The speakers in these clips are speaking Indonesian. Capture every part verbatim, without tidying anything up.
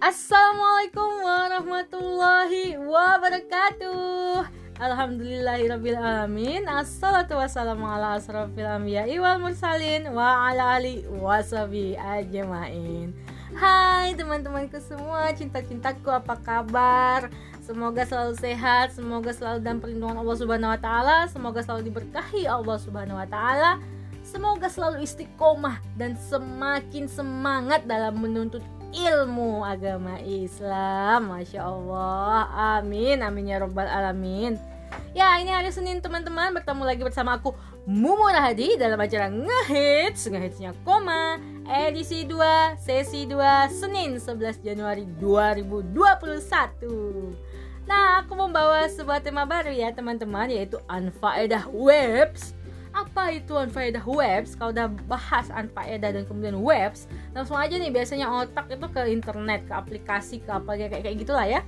Assalamualaikum warahmatullahi wabarakatuh. Alhamdulillahirabbil alamin. Assalatu wassalamu ala asrofil anbiya'i wal mursalin wa ala ali washabi ajmain. Hai teman-temanku semua, cinta-cintaku, apa kabar? Semoga selalu sehat, semoga selalu dalam perlindungan Allah Subhanahu wa taala, semoga selalu diberkahi Allah Subhanahu wa taala. Semoga selalu istiqomah dan semakin semangat dalam menuntut ilmu agama Islam. Masya Allah, amin, amin ya robbal alamin. Ya, ini hari Senin teman-teman, bertemu lagi bersama aku Mumu Rahadi dalam acara Ngehits, Ngehitsnya Koma, edisi dua, sesi dua, Senin sebelas Januari dua ribu dua puluh satu. Nah, aku membawa sebuah tema baru ya teman-teman, yaitu Anfaedah Webs. Apa itu Anfaedah Webs? Kalau udah bahas Anfaedah dan kemudian Webs, langsung aja nih biasanya otak itu ke internet, ke aplikasi, ke apa kayak kayak gitulah ya.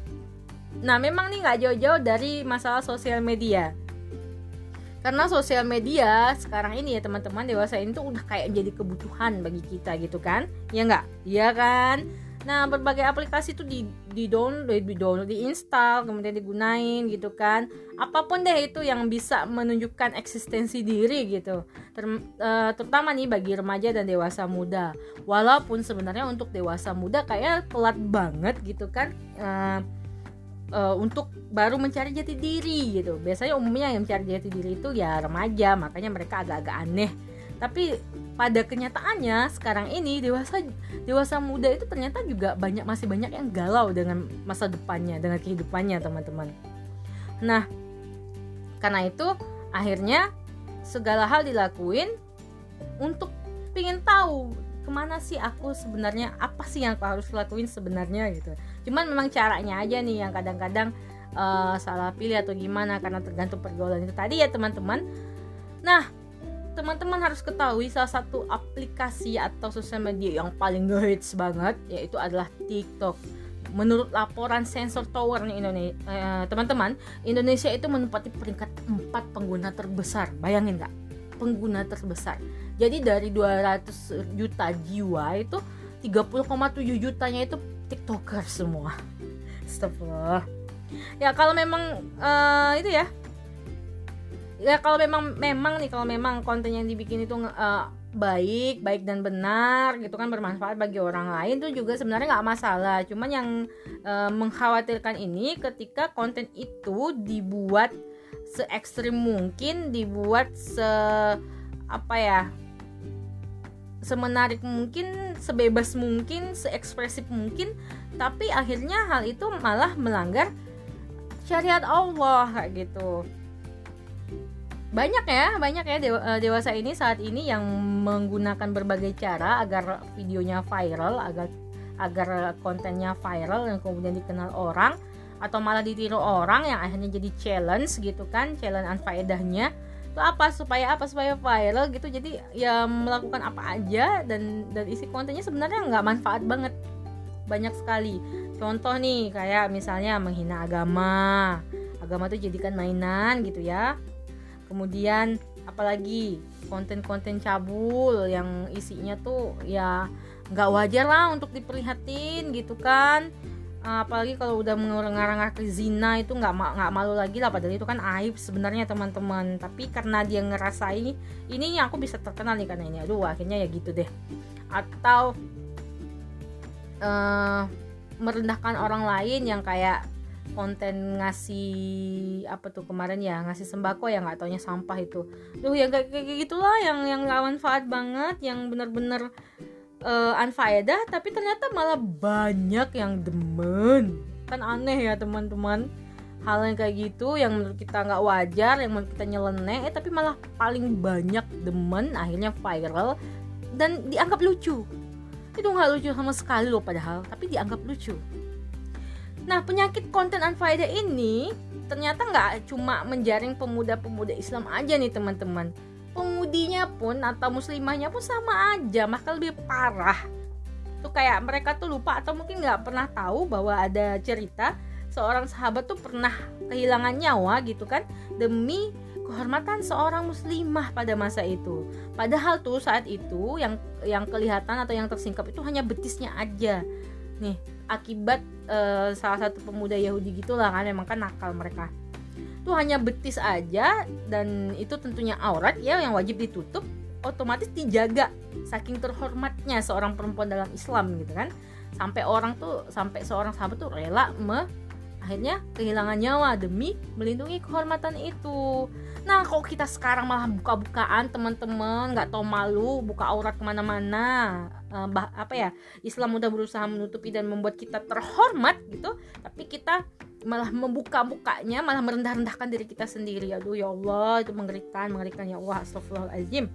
Nah, memang nih nggak jauh-jauh dari masalah sosial media. Karena sosial media sekarang ini ya teman-teman, dewasa ini tuh udah kayak jadi kebutuhan bagi kita gitu kan? Ya nggak? Iya kan? Nah, berbagai aplikasi tuh di di download, di download, diinstal, kemudian digunain gitu kan. Apapun deh itu yang bisa menunjukkan eksistensi diri gitu. Ter, uh, terutama nih bagi remaja dan dewasa muda. Walaupun sebenarnya untuk dewasa muda kayak telat banget gitu kan. Uh, uh, untuk baru mencari jati diri gitu. Biasanya umumnya yang mencari jati diri itu ya remaja, makanya mereka agak-agak aneh. Tapi pada kenyataannya sekarang ini dewasa dewasa muda itu ternyata juga banyak masih banyak yang galau dengan masa depannya, dengan kehidupannya teman-teman. Nah, karena itu akhirnya segala hal dilakuin untuk pengen tahu kemana sih aku sebenarnya, apa sih yang aku harus lakuin sebenarnya gitu. Cuman memang caranya aja nih yang kadang-kadang uh, salah pilih atau gimana karena tergantung pergaulan itu tadi ya teman-teman. Nah, teman-teman harus ketahui salah satu aplikasi atau sosial media yang paling ngehits banget yaitu adalah TikTok. Menurut laporan Sensor Tower nih Indonesia, eh, teman-teman, Indonesia itu menempati peringkat empat pengguna terbesar. Bayangin nggak? Pengguna terbesar. Jadi dari dua ratus juta jiwa itu tiga puluh koma tujuh jutanya itu TikToker semua. Astagfirullah. Ya kalau memang uh, itu ya Ya kalau memang memang nih kalau memang konten yang dibikin itu uh, baik, baik dan benar gitu kan, bermanfaat bagi orang lain tuh juga sebenarnya nggak masalah. Cuman yang uh, mengkhawatirkan ini ketika konten itu dibuat se ekstrim mungkin, dibuat se apa ya, semenarik mungkin, sebebas mungkin, seekspresif mungkin, tapi akhirnya hal itu malah melanggar syariat Allah kayak gitu. Banyak ya, banyak ya dewasa ini saat ini yang menggunakan berbagai cara agar videonya viral, agar agar kontennya viral dan kemudian dikenal orang atau malah ditiru orang yang akhirnya jadi challenge gitu kan, challenge anfaedahnya. Itu apa supaya apa supaya viral gitu. Jadi ya melakukan apa aja dan dan isi kontennya sebenarnya nggak manfaat banget. Banyak sekali. Contoh nih kayak misalnya menghina agama. Agama tuh jadikan mainan gitu ya. Kemudian apalagi konten-konten cabul yang isinya tuh ya nggak wajar lah untuk diperlihatin gitu kan. Apalagi kalau udah mengarang-arang ke zina itu nggak nggak malu lagi lah, padahal itu kan aib sebenarnya teman-teman. Tapi karena dia ngerasain ini aku bisa terkenal nih karena ini, aduh akhirnya ya gitu deh. Atau uh, merendahkan orang lain yang kayak konten ngasih apa tuh kemarin ya, ngasih sembako ya nggak taunya sampah itu. Duh yang kayak kayak gitulah yang yang nggak manfaat banget, yang benar-benar uh, anfaedah tapi ternyata malah banyak yang demen. Kan aneh ya teman-teman. Hal yang kayak gitu yang menurut kita nggak wajar, yang menurut kita nyeleneh, eh tapi malah paling banyak demen, akhirnya viral dan dianggap lucu. Itu nggak lucu sama sekali loh padahal, tapi dianggap lucu. Nah, penyakit konten anfaedah ini ternyata nggak cuma menjaring pemuda-pemuda Islam aja nih teman-teman. Pemudinya pun atau muslimahnya pun sama aja, bahkan lebih parah. Tuh kayak mereka tuh lupa atau mungkin nggak pernah tahu bahwa ada cerita seorang sahabat tuh pernah kehilangan nyawa gitu kan demi kehormatan seorang muslimah pada masa itu. Padahal tuh saat itu yang yang kelihatan atau yang tersingkap itu hanya betisnya aja. nih akibat uh, salah satu pemuda Yahudi gitulah kan, memang kan nakal mereka tuh, hanya betis aja dan itu tentunya aurat ya yang wajib ditutup, otomatis dijaga saking terhormatnya seorang perempuan dalam Islam gitu kan, sampai orang tuh sampai seorang sahabat tuh rela me akhirnya kehilangan nyawa demi melindungi kehormatan itu. Nah kok kita sekarang malah buka-bukaan teman-teman, nggak tahu malu buka aurat kemana-mana, uh, bah, apa ya Islam udah berusaha menutupi dan membuat kita terhormat gitu, tapi kita malah membuka-bukanya, malah merendah-rendahkan diri kita sendiri. Aduh ya Allah, itu mengerikan, mengerikan ya Allah, astagfirullahaladzim.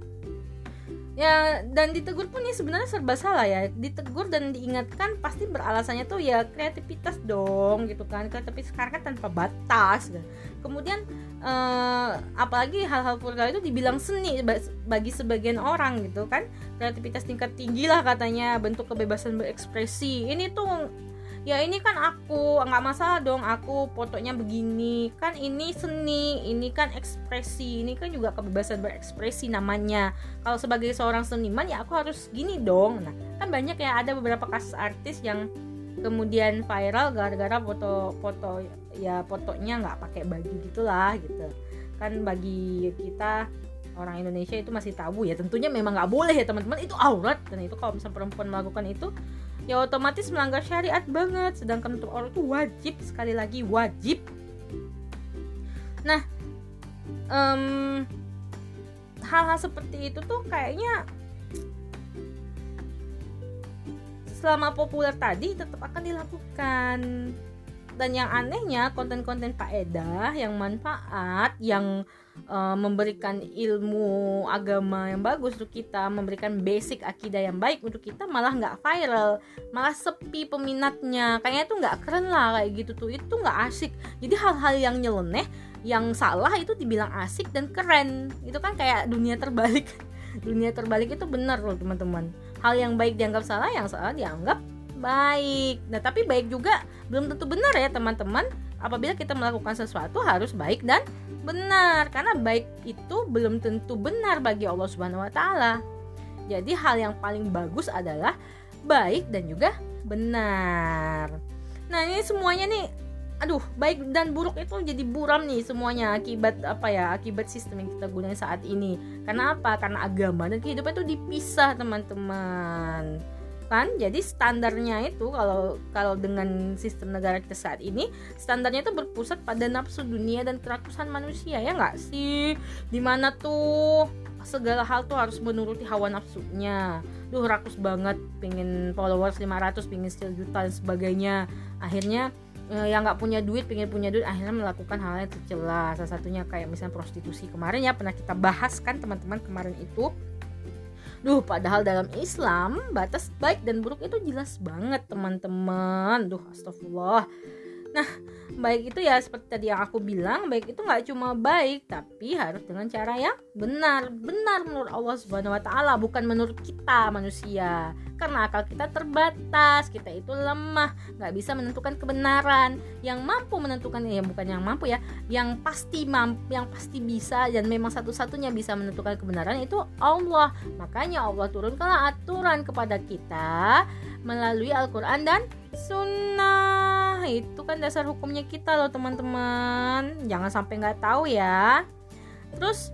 Ya, dan ditegur pun ya sebenarnya serba salah ya. Ditegur dan diingatkan pasti beralasannya tuh ya kreativitas dong gitu kan. Kreativitas sekarang kan tanpa batas gitu. Kemudian eh, apalagi hal-hal vulgar itu dibilang seni bagi sebagian orang gitu kan. Kreativitas tingkat tinggi lah katanya, bentuk kebebasan berekspresi. Ini tuh ya ini kan aku, nggak masalah dong aku fotonya begini, kan ini seni, ini kan ekspresi, ini kan juga kebebasan berekspresi namanya. Kalau sebagai seorang seniman ya aku harus gini dong. Nah kan banyak ya, ada beberapa kasus artis yang kemudian viral gara-gara foto-foto ya fotonya nggak pakai baju gitulah gitu kan. Bagi kita orang Indonesia itu masih tabu ya, tentunya memang nggak boleh ya teman-teman, itu aurat, dan itu kalau misalnya perempuan melakukan itu ya otomatis melanggar syariat banget. Sedangkan untuk aurat itu wajib, sekali lagi wajib. Nah um, hal-hal seperti itu tuh kayaknya selama populer tadi tetap akan dilakukan. Dan yang anehnya konten-konten faedah yang manfaat, yang uh, memberikan ilmu agama yang bagus untuk kita, memberikan basic akidah yang baik untuk kita, malah nggak viral, malah sepi peminatnya. Kayaknya tuh nggak keren lah kayak gitu tuh, itu nggak asik. Jadi hal-hal yang nyeleneh, yang salah itu dibilang asik dan keren. Itu kan kayak dunia terbalik. Dunia terbalik itu benar loh teman-teman. Hal yang baik dianggap salah, yang salah dianggap baik. Nah tapi baik juga belum tentu benar ya teman-teman. Apabila kita melakukan sesuatu harus baik dan benar, karena baik itu belum tentu benar bagi Allah Subhanahu wa taala. Jadi hal yang paling bagus adalah baik dan juga benar. Nah ini semuanya nih, aduh, baik dan buruk itu jadi buram nih semuanya akibat apa ya? Akibat sistem yang kita gunakan saat ini. Karena apa? Karena agama dan kehidupan itu dipisah teman-teman. Kan jadi standarnya itu kalau kalau dengan sistem negara kita saat ini, standarnya itu berpusat pada nafsu dunia dan keratusan manusia, ya nggak sih? Dimana tuh segala hal tuh harus menuruti hawa nafsunya. Duh rakus banget, pengen followers lima ratus, pengen sekian juta dan sebagainya. Akhirnya eh, yang nggak punya duit pengen punya duit, akhirnya melakukan hal yang tercela. Salah satunya kayak misalnya prostitusi kemarin ya, pernah kita bahas kan teman-teman kemarin itu. Duh, padahal dalam Islam batas baik dan buruk itu jelas banget teman-teman. Duh, astagfirullah. Nah, baik itu ya seperti tadi yang aku bilang, baik itu gak cuma baik, tapi harus dengan cara yang benar. Benar menurut Allah Subhanahu wa taala, bukan menurut kita manusia. Karena akal kita terbatas, kita itu lemah, gak bisa menentukan kebenaran. Yang mampu menentukan, ya bukan yang mampu ya, yang pasti mampu, yang pasti bisa dan memang satu-satunya bisa menentukan kebenaran itu Allah. Makanya Allah turunkanlah aturan kepada kita melalui Al-Quran dan Sunnah. Itu kan dasar hukumnya kita loh teman-teman, jangan sampai nggak tahu ya. Terus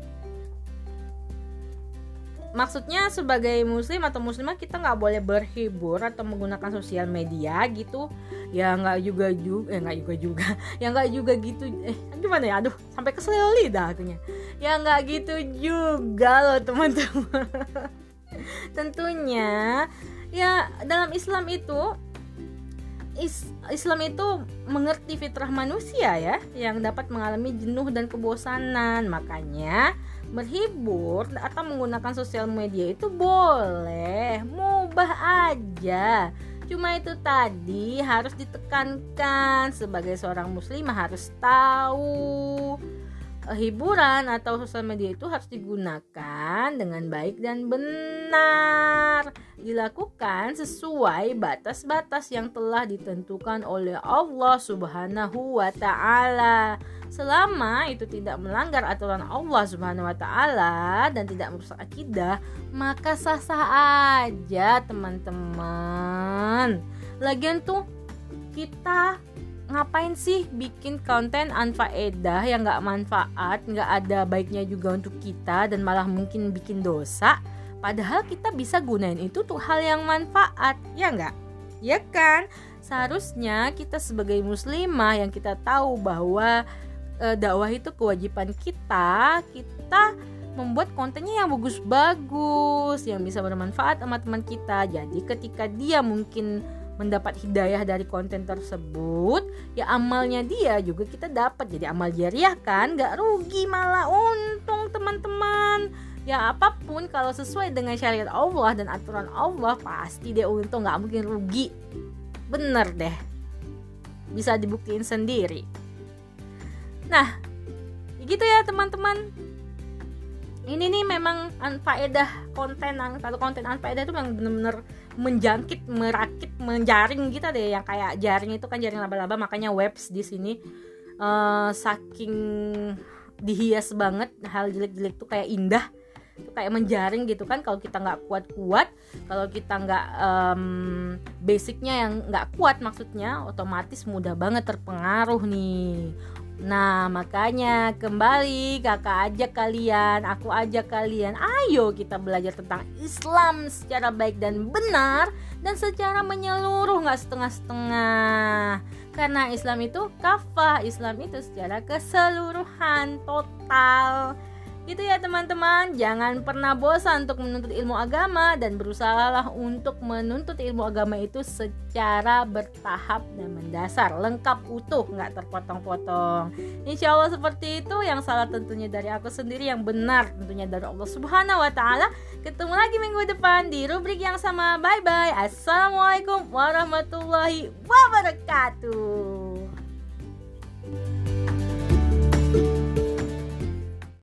maksudnya sebagai muslim atau muslimah kita nggak boleh berhibur atau menggunakan sosial media gitu ya, nggak juga juga eh nggak juga juga ya nggak juga gitu eh gimana ya, aduh sampai kesel lidah artinya ya, nggak gitu juga loh teman-teman. Tentunya ya dalam Islam itu Is, Islam itu mengerti fitrah manusia ya, yang dapat mengalami jenuh dan kebosanan. Makanya berhibur atau menggunakan sosial media itu boleh, mubah aja. Cuma itu tadi harus ditekankan, sebagai seorang muslimah harus tahu hiburan atau sosial media itu harus digunakan dengan baik dan benar, dilakukan sesuai batas-batas yang telah ditentukan oleh Allah Subhanahu wa taala. Selama itu tidak melanggar aturan Allah Subhanahu wa taala dan tidak merusak akidah, maka sah-sah aja teman-teman. Lagian tuh kita ngapain sih bikin konten anfaedah yang gak manfaat, gak ada baiknya juga untuk kita, dan malah mungkin bikin dosa. Padahal kita bisa gunain itu tuh hal yang manfaat, ya gak? Ya kan? Seharusnya kita sebagai muslimah yang kita tahu bahwa e, dakwah itu kewajiban kita, kita membuat kontennya yang bagus-bagus, yang bisa bermanfaat sama teman kita. Jadi ketika dia mungkin mendapat hidayah dari konten tersebut, ya amalnya dia juga kita dapat. Jadi amal jariah kan, gak rugi, malah untung teman-teman. Ya apapun kalau sesuai dengan syariat Allah dan aturan Allah, pasti dia untung, gak mungkin rugi. Bener deh, bisa dibuktiin sendiri. Nah gitu ya teman-teman. Ini nih memang anfaedah konten, kalau konten anfaedah itu memang benar-benar menjangkit, merakit, menjaring kita deh, yang kayak jaring itu kan jaring laba-laba, makanya webs di sini uh, saking dihias banget, hal jelek-jelek tuh kayak indah, tuh kayak menjaring gitu kan. Kalau kita nggak kuat-kuat, kalau kita nggak um, basicnya yang nggak kuat maksudnya, otomatis mudah banget terpengaruh nih. Nah makanya kembali kakak ajak kalian, aku ajak kalian, ayo kita belajar tentang Islam secara baik dan benar, dan secara menyeluruh, gak setengah-setengah. Karena Islam itu kafah, Islam itu secara keseluruhan, total. Gitu ya teman-teman, jangan pernah bosan untuk menuntut ilmu agama, dan berusahalah untuk menuntut ilmu agama itu secara bertahap dan mendasar, lengkap, utuh, gak terpotong-potong. Insya Allah seperti itu. Yang salah tentunya dari aku sendiri, yang benar tentunya dari Allah Subhanahu wa Ta'ala. Ketemu lagi minggu depan di rubrik yang sama. Bye bye. Assalamualaikum warahmatullahi wabarakatuh.